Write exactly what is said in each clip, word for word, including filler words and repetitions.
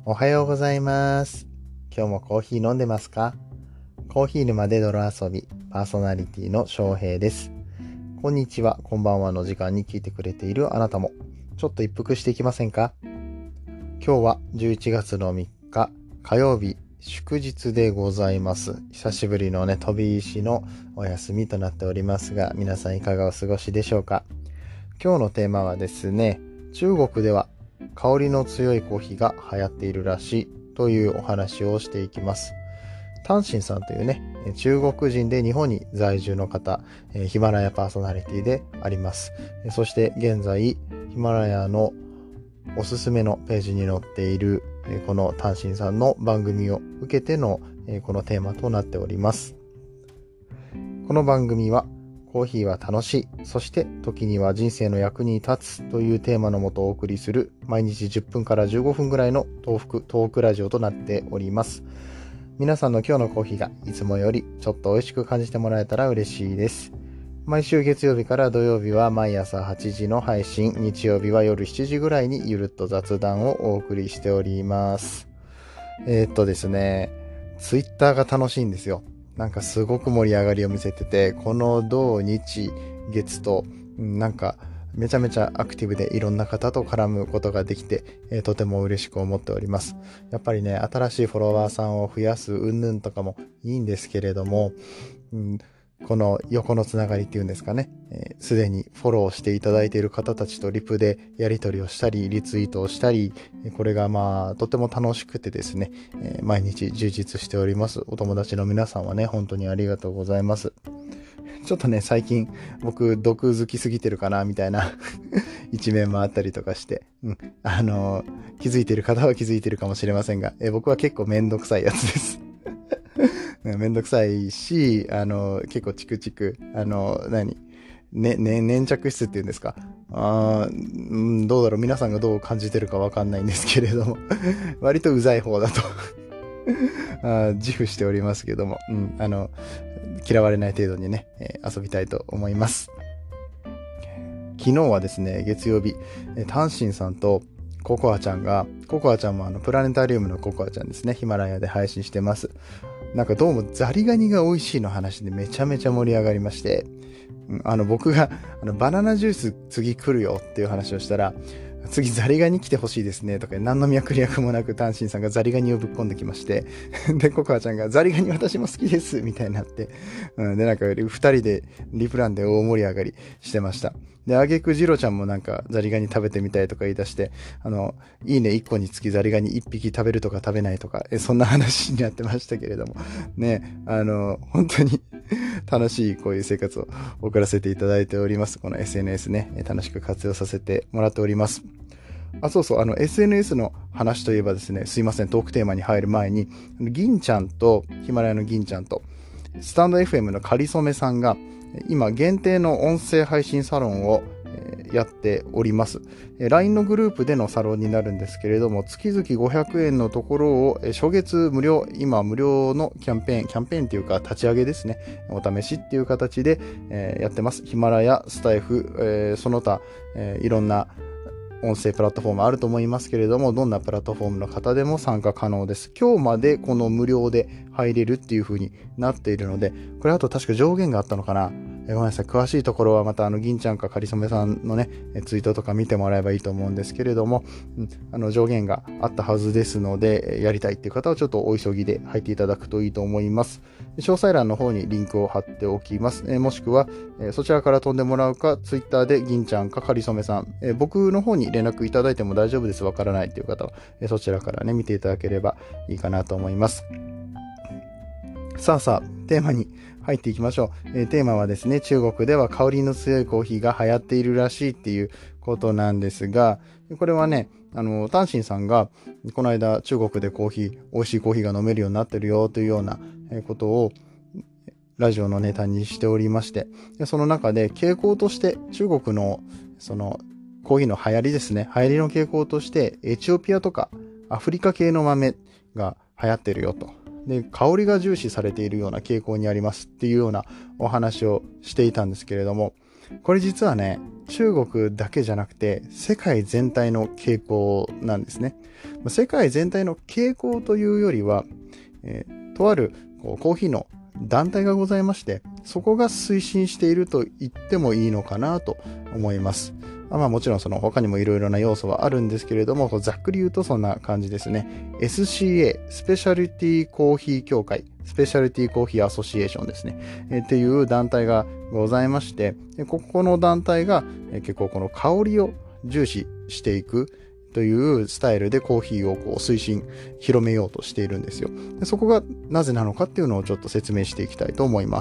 おはようございます。今日もコーヒー飲んでますか？コーヒー沼で泥遊びパーソナリティの翔平です。こんにちは、こんばんはの時間に聞いてくれているあなたもちょっと一服していきませんか？今日はじゅういちがつのみっか火曜日、祝日でございます。久しぶりのね飛び石のお休みとなっておりますが、皆さんいかがお過ごしでしょうか？今日のテーマはですね、中国では香りの強いコーヒーが流行っているらしいというお話をしていきます。タンシンさんというね、中国人で日本に在住の方、ヒマラヤパーソナリティであります。そして現在ヒマラヤのおすすめのページに載っているこのタンシンさんの番組を受けてのこのテーマとなっております。この番組はコーヒーは楽しい、そして時には人生の役に立つというテーマのもとお送りする毎日じゅっぷんからじゅうごふんぐらいのトーク、トークラジオとなっております。皆さんの今日のコーヒーがいつもよりちょっと美味しく感じてもらえたら嬉しいです。毎週月曜日から土曜日は毎朝はちじの配信、日曜日は夜しちじぐらいにゆるっと雑談をお送りしております。えー、っとですね、ツイッターが楽しいんですよ。なんかすごく盛り上がりを見せてて、この土日月となんかめちゃめちゃアクティブでいろんな方と絡むことができて、えー、とても嬉しく思っております。やっぱりね、新しいフォロワーさんを増やす云々とかもいいんですけれども、うん、この横のつながりっていうんですかね、すで、えー、にフォローしていただいている方たちとリプでやり取りをしたりリツイートをしたり、これがまあとても楽しくてですね、えー、毎日充実しております。お友達の皆さんはね、本当にありがとうございます。ちょっとね、最近僕毒好きすぎてるかなみたいな一面もあったりとかして、うん、あのー、気づいてる方は気づいてるかもしれませんが、えー、僕は結構めんどくさいやつですめんどくさいし、あのー、結構チクチク、あのー、何ね、ね、粘着質っていうんですか。あー、うん、どうだろう、皆さんがどう感じてるかわかんないんですけれども割とうざい方だとあ自負しておりますけども、うん、あの嫌われない程度にね、えー、遊びたいと思います。昨日はですね、月曜日、タンシンさんとココアちゃんが、ココアちゃんもあのプラネタリウムのココアちゃんですね、ヒマラヤで配信してます。なんかどうもザリガニが美味しいの話でめちゃめちゃ盛り上がりまして、あの僕があのバナナジュース次来るよっていう話をしたら、次ザリガニ来てほしいですねとか、何の脈略もなくタンシンさんがザリガニをぶっ込んできましてでココアちゃんがザリガニ私も好きですみたいになって、うん、でなんかふたりでリプランで大盛り上がりしてました。であげくジロちゃんもなんかザリガニ食べてみたいとか言い出して、あのいいねいっこにつきザリガニいっぴき食べるとか食べないとか、えそんな話になってましたけれどもね、あの本当に楽しいこういう生活を送らせていただいております。この エスエヌエス ね、楽しく活用させてもらっております。あ、そうそう、あの エスエヌエス の話といえばですね、すいません、トークテーマに入る前に、銀ちゃんと、ヒマラヤの銀ちゃんと、スタンド エフエム のかりそめさんが、今限定の音声配信サロンをやっております。ライン のグループでのサロンになるんですけれども、月々ごひゃくえんのところを初月無料、今無料のキャンペーン、キャンペーンっていうか立ち上げですね、お試しっていう形でやってます。ヒマラヤ、スタイフ、その他いろんな音声プラットフォームあると思いますけれども、どんなプラットフォームの方でも参加可能です。今日までこの無料で入れるっていう風になっているので、これあと確か上限があったのかな、えごめんなさい、詳しいところはまたあの銀ちゃんかかりそめさんのねツイートとか見てもらえばいいと思うんですけれども、うん、あの上限があったはずですので、やりたいっていう方はちょっとお急ぎで入っていただくといいと思います。詳細欄の方にリンクを貼っておきます。えもしくは、えそちらから飛んでもらうか、ツイッターで銀ちゃんかかりそめさん、え僕の方に連絡いただいても大丈夫です。わからないっていう方は、えそちらからね見ていただければいいかなと思います。さあさあ、テーマに入っていきましょう。えー、テーマはですね、中国では香りの強いコーヒーが流行っているらしいっていうことなんですが、これはね、あのタンシンさんがこの間中国でコーヒー、美味しいコーヒーが飲めるようになってるよというようなことをラジオのネタにしておりまして、でその中で傾向として中国のそのコーヒーの流行りですね、流行りの傾向としてエチオピアとかアフリカ系の豆が流行ってるよと。で香りが重視されているような傾向にありますっていうようなお話をしていたんですけれども、 これ実はね、中国だけじゃなくて世界全体の傾向なんですね。世界全体の傾向というよりは、えー、とあるこうコーヒーの団体がございまして、そこが推進していると言ってもいいのかなと思います。まあもちろんその他にもいろいろな要素はあるんですけれども、ざっくり言うとそんな感じですね。エスシーエー、スペシャルティコーヒー協会、スペシャルティコーヒーアソシエーションですね。えっていう団体がございまして、ここの団体が結構この香りを重視していくというスタイルでコーヒーをこう推進、広めようとしているんですよ。でそこがなぜなのかっていうのをちょっと説明していきたいと思います。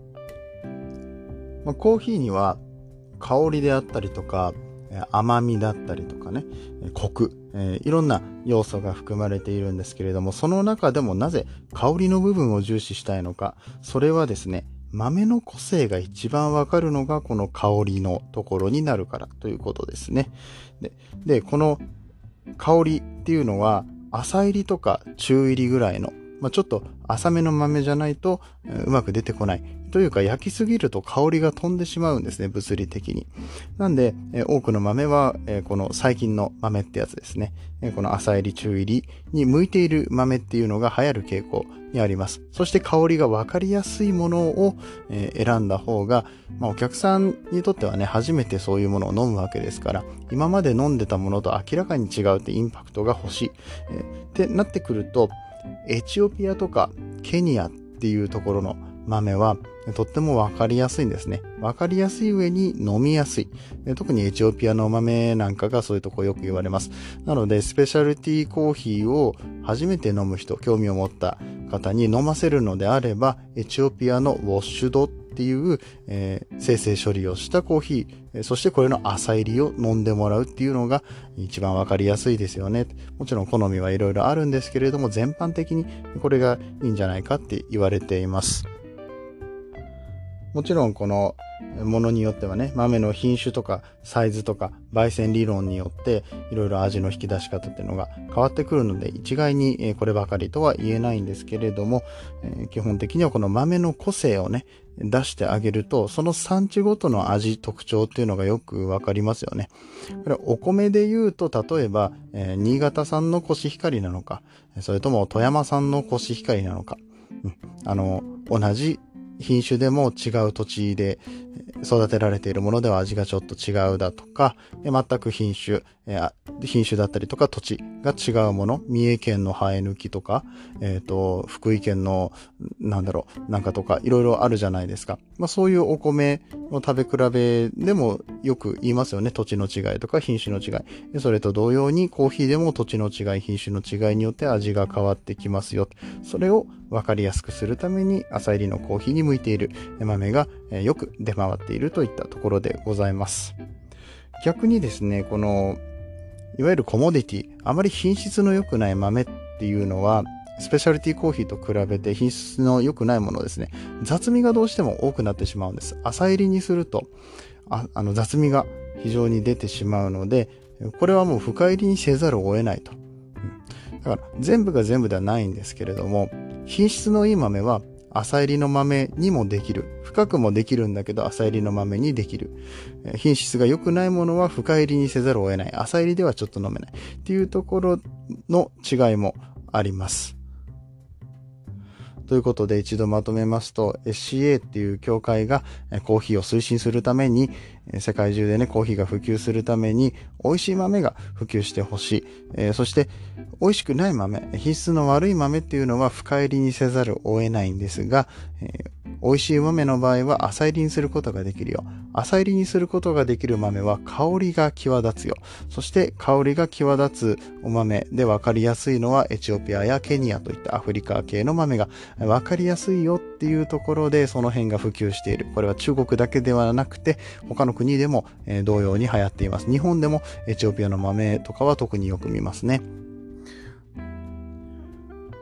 まあ、コーヒーには香りであったりとか甘みだったりとかね、コク、えー、いろんな要素が含まれているんですけれども、その中でもなぜ香りの部分を重視したいのか、それはですね、豆の個性が一番わかるのがこの香りのところになるからということですね。で、でこの香りっていうのは浅入りとか中入りぐらいの、まあ、ちょっと浅めの豆じゃないとうまく出てこないというか、焼きすぎると香りが飛んでしまうんですね、物理的に。なんでえ多くの豆はえこの最近の豆ってやつですね、えこの浅入り中入りに向いている豆っていうのが流行る傾向にあります。そして香りが分かりやすいものをえ選んだ方が、まあ、お客さんにとってはね、初めてそういうものを飲むわけですから、今まで飲んでたものと明らかに違うってインパクトが欲しい、えってなってくると、エチオピアとかケニアっていうところの豆はとっても分かりやすいんですね。分かりやすい上に飲みやすい。特にエチオピアの豆なんかがそういうところよく言われます。なのでスペシャルティーコーヒーを初めて飲む人、興味を持った方に飲ませるのであれば、エチオピアのウォッシュドっていう、えー、生成処理をしたコーヒー、そしてこれの浅入りを飲んでもらうっていうのが一番わかりやすいですよね。もちろん好みはいろいろあるんですけれども、全般的にこれがいいんじゃないかって言われています。もちろんこのものによってはね、豆の品種とかサイズとか焙煎理論によっていろいろ味の引き出し方っていうのが変わってくるので、一概にこればかりとは言えないんですけれども、基本的にはこの豆の個性をね出してあげると、その産地ごとの味、特徴っていうのがよくわかりますよね。これお米で言うと、例えば、えー、新潟産のコシヒカリなのか、それとも富山産のコシヒカリなのか、うん、あの同じ品種でも違う土地で育てられているものでは味がちょっと違うだとか、全く品種、品種だったりとか土地が違うもの、三重県の生え抜きとか、えっと、福井県のなんだろう、なんかとかいろいろあるじゃないですか。まあそういうお米の食べ比べでもよく言いますよね。土地の違いとか品種の違い。それと同様にコーヒーでも土地の違い、品種の違いによって味が変わってきますよ。それを分かりやすくするために浅入りのコーヒーに向いている豆がよく出回っているといったところでございます。逆にですね、このいわゆるコモディティ、あまり品質の良くない豆っていうのはスペシャルティコーヒーと比べて品質の良くないものですね、雑味がどうしても多くなってしまうんです。浅入りにするとああの雑味が非常に出てしまうので、これはもう深入りにせざるを得ないと、うん、だから全部が全部ではないんですけれども、品質のいい豆は浅入りの豆にもできる。深くもできるんだけど浅入りの豆にできる。品質が良くないものは深入りにせざるを得ない。浅入りではちょっと飲めない。っていうところの違いもあります。ということで一度まとめますと、 エスシーエー っていう協会がコーヒーを推進するために、世界中でねコーヒーが普及するために美味しい豆が普及してほしい、えー、そして美味しくない豆、品質の悪い豆っていうのは深入りにせざるを得ないんですが、えー、美味しい豆の場合は浅入りにすることができるよ。浅入りにすることができる豆は香りが際立つよ。そして香りが際立つお豆で分かりやすいのはエチオピアやケニアといったアフリカ系の豆が分かりやすいよっていうところで、その辺が普及している。これは中国だけではなくて他の国でも同様に流行っています。日本でもエチオピアの豆とかは特によく見ますね。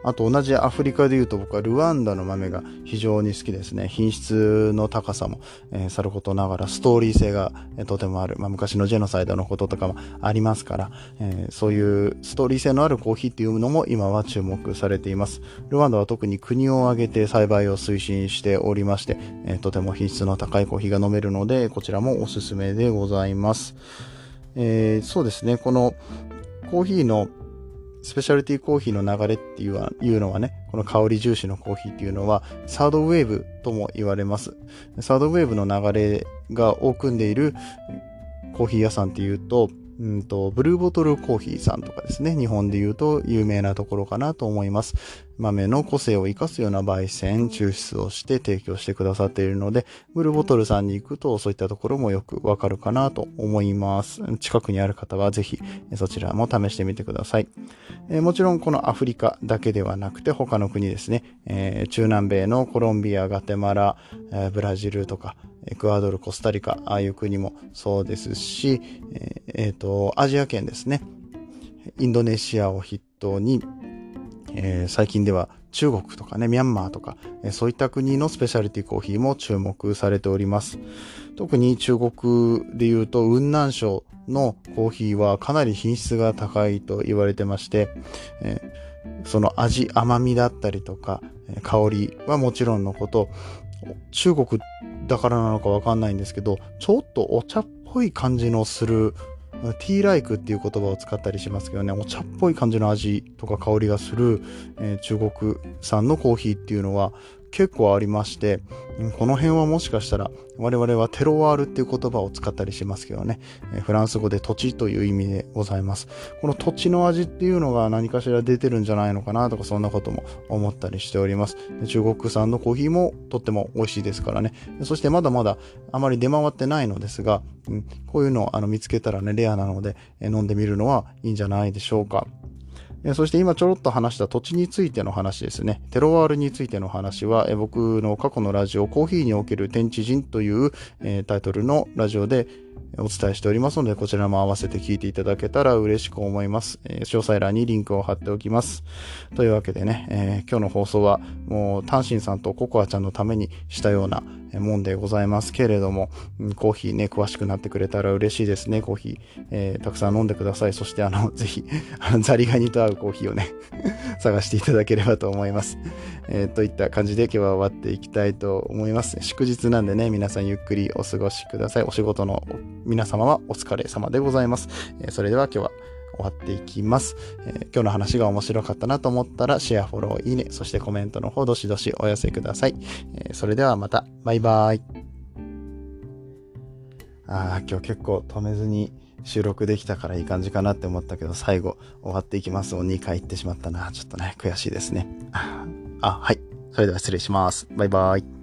あと同じアフリカでいうと僕はルワンダの豆が非常に好きですね。品質の高さも、えー、さることながらストーリー性が、えー、とてもある。まあ、昔のジェノサイドのこととかもありますから、えー、そういうストーリー性のあるコーヒーっていうのも今は注目されています。ルワンダは特に国を挙げて栽培を推進しておりまして、えー、とても品質の高いコーヒーが飲めるので、こちらもおすすめでございます。えー、そうですね。このコーヒーのスペシャルティーコーヒーの流れっていうのはね、この香り重視のコーヒーっていうのはサードウェーブとも言われます。サードウェーブの流れが多くんでいるコーヒー屋さんっていうと、うんと、ブルーボトルコーヒーさんとかですね、日本で言うと有名なところかなと思います。豆の個性を生かすような焙煎、抽出をして提供してくださっているので、ブルーボトルさんに行くとそういったところもよくわかるかなと思います。近くにある方はぜひそちらも試してみてください。えー、もちろんこのアフリカだけではなくて他の国ですね、えー、中南米のコロンビア、ガテマラ、えー、ブラジルとか、エクアドル、コスタリカ、ああいう国もそうですし、えーえー、とアジア圏ですね、インドネシアを筆頭に、えー、最近では中国とかね、ミャンマーとか、えー、そういった国のスペシャリティコーヒーも注目されております。特に中国でいうと雲南省のコーヒーはかなり品質が高いと言われてまして、えー、その味、甘みだったりとか、香りはもちろんのこと、中国だからなのかわかんないんですけど、ちょっとお茶っぽい感じのする、ティーライクっていう言葉を使ったりしますけどね、お茶っぽい感じの味とか香りがする、えー、中国産のコーヒーっていうのは結構ありまして、この辺はもしかしたら我々はテロワールっていう言葉を使ったりしますけどね、フランス語で土地という意味でございます。この土地の味っていうのが何かしら出てるんじゃないのかなとか、そんなことも思ったりしております。中国産のコーヒーもとっても美味しいですからね。そしてまだまだあまり出回ってないのですが、うん、こういうのをあの見つけたらね、レアなので飲んでみるのはいいんじゃないでしょうか。そして今ちょろっと話した土地についての話ですね。テロワールについての話は、僕の過去のラジオ、コーヒーにおける天地人というタイトルのラジオでお伝えしておりますので、こちらも合わせて聞いていただけたら嬉しく思います。詳細欄にリンクを貼っておきます。というわけでね、えー、今日の放送はもうタンシンさんとココアちゃんのためにしたようなもんでございますけれども、コーヒーね、詳しくなってくれたら嬉しいですね。コーヒー、えー、たくさん飲んでください。そしてあの、ぜひ、あのザリガニと合うコーヒーをね、探していただければと思います。えー、といった感じで今日は終わっていきたいと思います。祝日なんでね、皆さんゆっくりお過ごしください。お仕事の皆様はお疲れ様でございます。えー、それでは今日は終わっていきます、えー。今日の話が面白かったなと思ったらシェア、フォロー、いいね、そしてコメントの方どしどしお寄せください。えー、それではまた。バイバイ。あー、今日結構止めずに収録できたからいい感じかなって思ったけど、最後終わっていきますをにかい言ってしまったな。ちょっとね、悔しいですね。あ、はい。それでは失礼します。バイバイ。